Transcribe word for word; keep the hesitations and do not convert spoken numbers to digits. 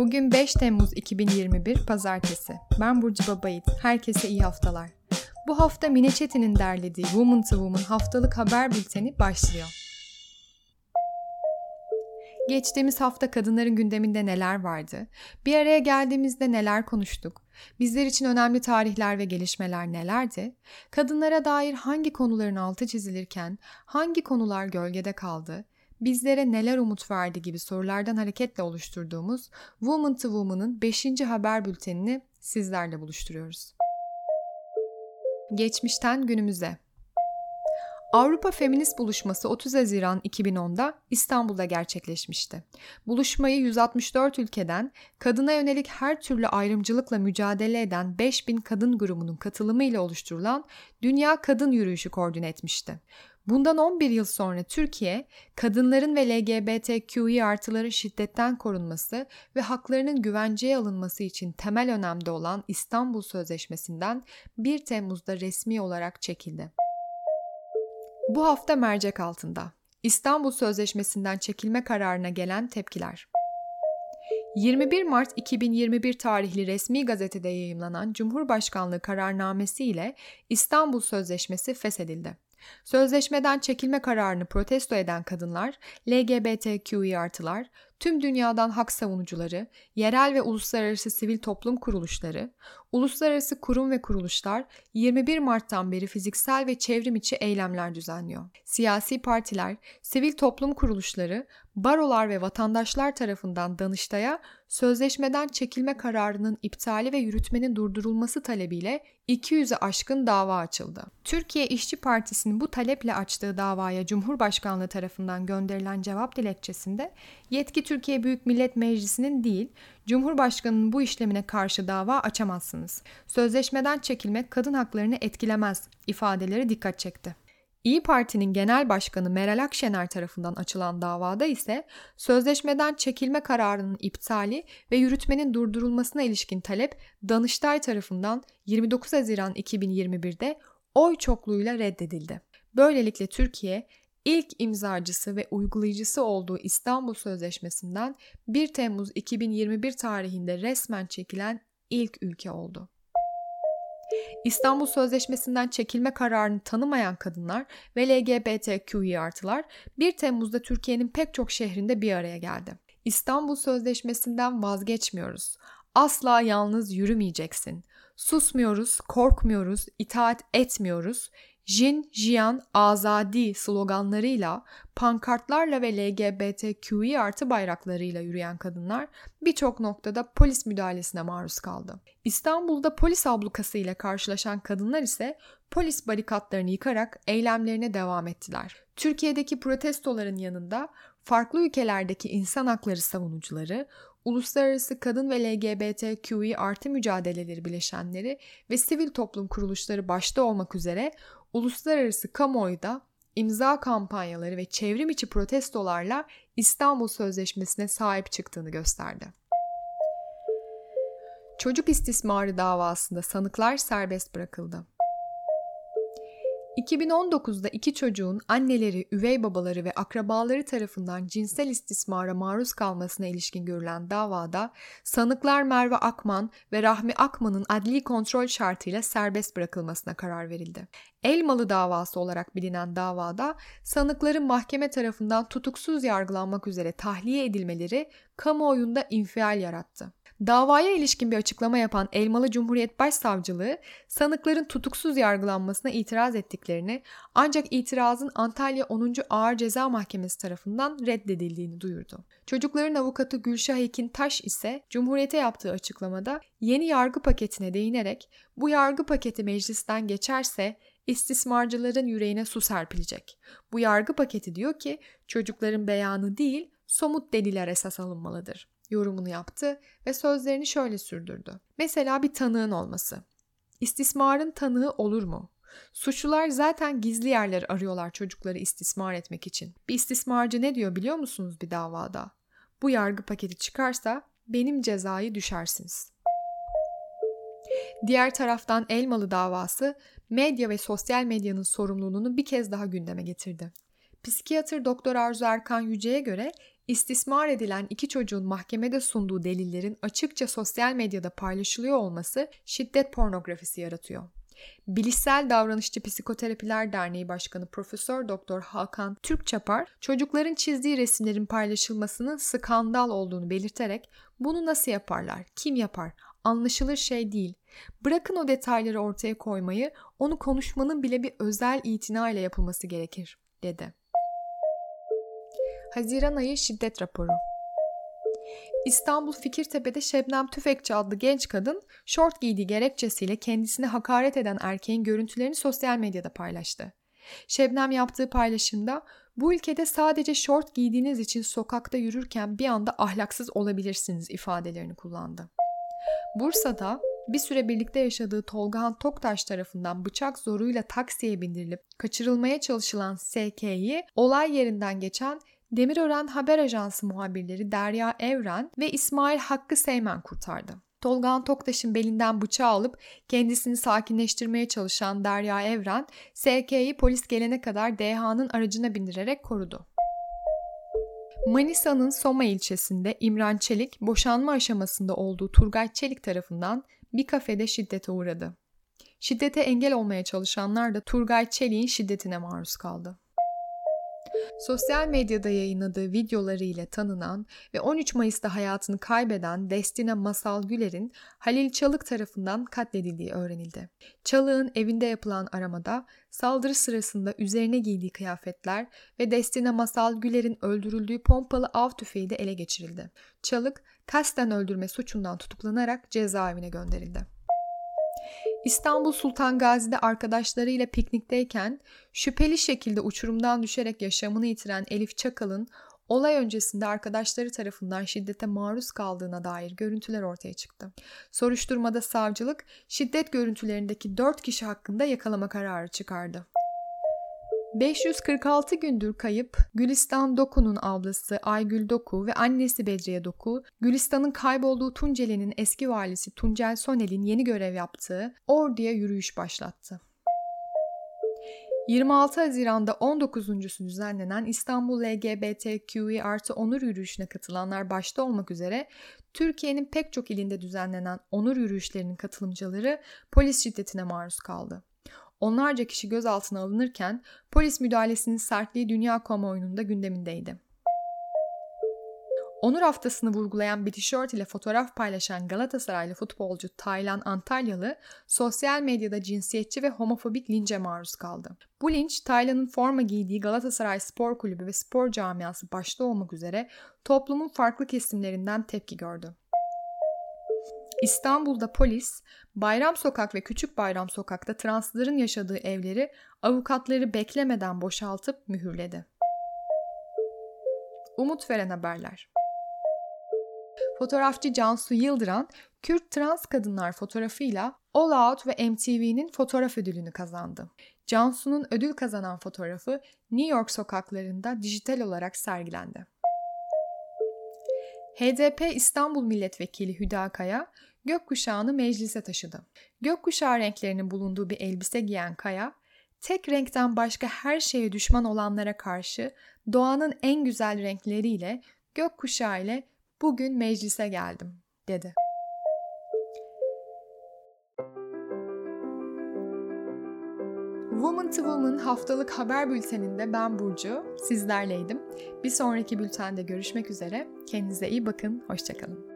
Bugün beş Temmuz iki bin yirmi bir Pazartesi. Ben Burcu Babayiğit. Herkese iyi haftalar. Bu hafta Mine Çetin'in derlediği Woman to Woman haftalık haber bülteni başlıyor. Geçtiğimiz hafta kadınların gündeminde neler vardı? Bir araya geldiğimizde neler konuştuk? Bizler için önemli tarihler ve gelişmeler nelerdi? Kadınlara dair hangi konuların altı çizilirken hangi konular gölgede kaldı? Bizlere neler umut verdi gibi sorulardan hareketle oluşturduğumuz Woman to Woman'ın beşinci haber bültenini sizlerle buluşturuyoruz. Geçmişten günümüze. Avrupa Feminist Buluşması otuz Haziran iki bin onda İstanbul'da gerçekleşmişti. Buluşmayı yüz altmış dört ülkeden kadına yönelik her türlü ayrımcılıkla mücadele eden beş bin kadın grubunun katılımıyla oluşturulan Dünya Kadın Yürüyüşü koordine etmişti. Bundan on bir yıl sonra Türkiye, kadınların ve L G B T Q I artıların şiddetten korunması ve haklarının güvenceye alınması için temel önemde olan İstanbul Sözleşmesi'nden bir Temmuz'da resmi olarak çekildi. Bu hafta mercek altında. İstanbul Sözleşmesi'nden çekilme kararına gelen tepkiler. yirmi bir Mart iki bin yirmi bir tarihli resmi gazetede yayımlanan Cumhurbaşkanlığı kararnamesi ile İstanbul Sözleşmesi feshedildi. Sözleşmeden çekilme kararını protesto eden kadınlar, L G B T Q I artılar, tüm dünyadan hak savunucuları, yerel ve uluslararası sivil toplum kuruluşları, uluslararası kurum ve kuruluşlar yirmi bir Mart'tan beri fiziksel ve çevrim içi eylemler düzenliyor. Siyasi partiler, sivil toplum kuruluşları, barolar ve vatandaşlar tarafından Danıştay'a sözleşmeden çekilme kararının iptali ve yürütmenin durdurulması talebiyle iki yüze aşkın dava açıldı. Türkiye İşçi Partisi'nin bu taleple açtığı davaya Cumhurbaşkanlığı tarafından gönderilen cevap dilekçesinde yetki Türkiye Büyük Millet Meclisi'nin değil, Cumhurbaşkanı'nın bu işlemine karşı dava açamazsınız. Sözleşmeden çekilmek kadın haklarını etkilemez ifadeleri dikkat çekti. İYİ Parti'nin Genel Başkanı Meral Akşener tarafından açılan davada ise sözleşmeden çekilme kararının iptali ve yürütmenin durdurulmasına ilişkin talep Danıştay tarafından yirmi dokuz Haziran iki bin yirmi birde oy çokluğuyla reddedildi. Böylelikle Türkiye ilk imzacısı ve uygulayıcısı olduğu İstanbul Sözleşmesi'nden bir Temmuz iki bin yirmi bir tarihinde resmen çekilen ilk ülke oldu. İstanbul Sözleşmesi'nden çekilme kararını tanımayan kadınlar ve L G B T Q I artılar bir Temmuz'da Türkiye'nin pek çok şehrinde bir araya geldi. İstanbul Sözleşmesi'nden vazgeçmiyoruz. Asla yalnız yürümeyeceksin. Susmuyoruz, korkmuyoruz, itaat etmiyoruz. Jin, Jiyan, Azadi sloganlarıyla, pankartlarla ve L G B T Q I artı bayraklarıyla yürüyen kadınlar birçok noktada polis müdahalesine maruz kaldı. İstanbul'da polis ablukası ile karşılaşan kadınlar ise polis barikatlarını yıkarak eylemlerine devam ettiler. Türkiye'deki protestoların yanında farklı ülkelerdeki insan hakları savunucuları, uluslararası kadın ve L G B T Q I artı mücadeleleri bileşenleri ve sivil toplum kuruluşları başta olmak üzere uluslararası kamuoyu da imza kampanyaları ve çevrim içi protestolarla İstanbul Sözleşmesi'ne sahip çıktığını gösterdi. Çocuk istismarı davasında sanıklar serbest bırakıldı. iki bin on dokuzda iki çocuğun anneleri, üvey babaları ve akrabaları tarafından cinsel istismara maruz kalmasına ilişkin görülen davada sanıklar Merve Akman ve Rahmi Akman'ın adli kontrol şartıyla serbest bırakılmasına karar verildi. Elmalı davası olarak bilinen davada sanıkların mahkeme tarafından tutuksuz yargılanmak üzere tahliye edilmeleri kamuoyunda infial yarattı. Davaya ilişkin bir açıklama yapan Elmalı Cumhuriyet Başsavcılığı, sanıkların tutuksuz yargılanmasına itiraz ettiklerini ancak itirazın Antalya onuncu Ağır Ceza Mahkemesi tarafından reddedildiğini duyurdu. Çocukların avukatı Gülşah Ekin Taş ise Cumhuriyet'e yaptığı açıklamada yeni yargı paketine değinerek bu yargı paketi meclisten geçerse istismarcıların yüreğine su serpilecek. Bu yargı paketi diyor ki çocukların beyanı değil somut deliller esas alınmalıdır yorumunu yaptı ve sözlerini şöyle sürdürdü. Mesela bir tanığın olması. İstismarın tanığı olur mu? Suçlular zaten gizli yerler arıyorlar çocukları istismar etmek için. Bir istismarcı ne diyor biliyor musunuz bir davada? Bu yargı paketi çıkarsa benim cezayı düşersiniz. Diğer taraftan Elmalı davası medya ve sosyal medyanın sorumluluğunu bir kez daha gündeme getirdi. Psikiyatr Doktor Arzu Erkan Yüce'ye göre İstismar edilen iki çocuğun mahkemede sunduğu delillerin açıkça sosyal medyada paylaşılıyor olması şiddet pornografisi yaratıyor. Bilişsel Davranışçı Psikoterapiler Derneği Başkanı Profesör Doktor Hakan Türkçapar, çocukların çizdiği resimlerin paylaşılmasının skandal olduğunu belirterek bunu nasıl yaparlar, kim yapar, anlaşılır şey değil. Bırakın o detayları ortaya koymayı, onu konuşmanın bile bir özel itina ile yapılması gerekir, dedi. Haziran ayı şiddet raporu. İstanbul Fikirtepe'de Şebnem Tüfekçi adlı genç kadın şort giydiği gerekçesiyle kendisine hakaret eden erkeğin görüntülerini sosyal medyada paylaştı. Şebnem yaptığı paylaşımda bu ülkede sadece şort giydiğiniz için sokakta yürürken bir anda ahlaksız olabilirsiniz ifadelerini kullandı. Bursa'da bir süre birlikte yaşadığı Tolgahan Toktaş tarafından bıçak zoruyla taksiye bindirilip kaçırılmaya çalışılan S K'yi olay yerinden geçen Demirören Haber Ajansı muhabirleri Derya Evren ve İsmail Hakkı Seymen kurtardı. Tolgahan Toktaş'ın belinden bıçağı alıp kendisini sakinleştirmeye çalışan Derya Evren, S K'yi polis gelene kadar D H'nın aracına bindirerek korudu. Manisa'nın Soma ilçesinde İmran Çelik, boşanma aşamasında olduğu Turgay Çelik tarafından bir kafede şiddete uğradı. Şiddete engel olmaya çalışanlar da Turgay Çelik'in şiddetine maruz kaldı. Sosyal medyada yayınladığı videoları ile tanınan ve on üç Mayıs'ta hayatını kaybeden Destina Masal Güler'in Halil Çalık tarafından katledildiği öğrenildi. Çalık'ın evinde yapılan aramada saldırı sırasında üzerine giydiği kıyafetler ve Destina Masal Güler'in öldürüldüğü pompalı av tüfeği de ele geçirildi. Çalık, kasten öldürme suçundan tutuklanarak cezaevine gönderildi. İstanbul Sultan Gazi'de arkadaşlarıyla piknikteyken şüpheli şekilde uçurumdan düşerek yaşamını yitiren Elif Çakal'ın olay öncesinde arkadaşları tarafından şiddete maruz kaldığına dair görüntüler ortaya çıktı. Soruşturmada savcılık şiddet görüntülerindeki dört kişi hakkında yakalama kararı çıkardı. beş yüz kırk altı gündür kayıp Gülistan Doku'nun ablası Aygül Doku ve annesi Bedriye Doku, Gülistan'ın kaybolduğu Tunceli'nin eski valisi Tuncel Sonel'in yeni görev yaptığı Ordu'ya yürüyüş başlattı. yirmi altı Haziran'da on dokuzuncusu düzenlenen İstanbul L G B T Q I artı onur yürüyüşüne katılanlar başta olmak üzere Türkiye'nin pek çok ilinde düzenlenen onur yürüyüşlerinin katılımcıları polis şiddetine maruz kaldı. Onlarca kişi gözaltına alınırken polis müdahalesinin sertliği dünya kamuoyunun gündemindeydi. Onur haftasını vurgulayan bir tişört ile fotoğraf paylaşan Galatasaraylı futbolcu Taylan Antalyalı sosyal medyada cinsiyetçi ve homofobik lince maruz kaldı. Bu linç Taylan'ın forma giydiği Galatasaray Spor Kulübü ve spor camiası başta olmak üzere toplumun farklı kesimlerinden tepki gördü. İstanbul'da polis, Bayram Sokak ve Küçük Bayram Sokak'ta transların yaşadığı evleri avukatları beklemeden boşaltıp mühürledi. Umut veren haberler. Fotoğrafçı Cansu Yıldıran, Kürt trans kadınlar fotoğrafıyla All Out ve M T V'nin fotoğraf ödülünü kazandı. Cansu'nun ödül kazanan fotoğrafı New York sokaklarında dijital olarak sergilendi. H D P İstanbul Milletvekili Hüda Kaya, gökkuşağını meclise taşıdı. Gökkuşağı renklerinin bulunduğu bir elbise giyen Kaya, tek renkten başka her şeye düşman olanlara karşı doğanın en güzel renkleriyle, gökkuşağı ile bugün meclise geldim, dedi. Woman to Woman haftalık haber bülteninde ben Burcu, sizlerleydim. Bir sonraki bültende görüşmek üzere. Kendinize iyi bakın, hoşça kalın.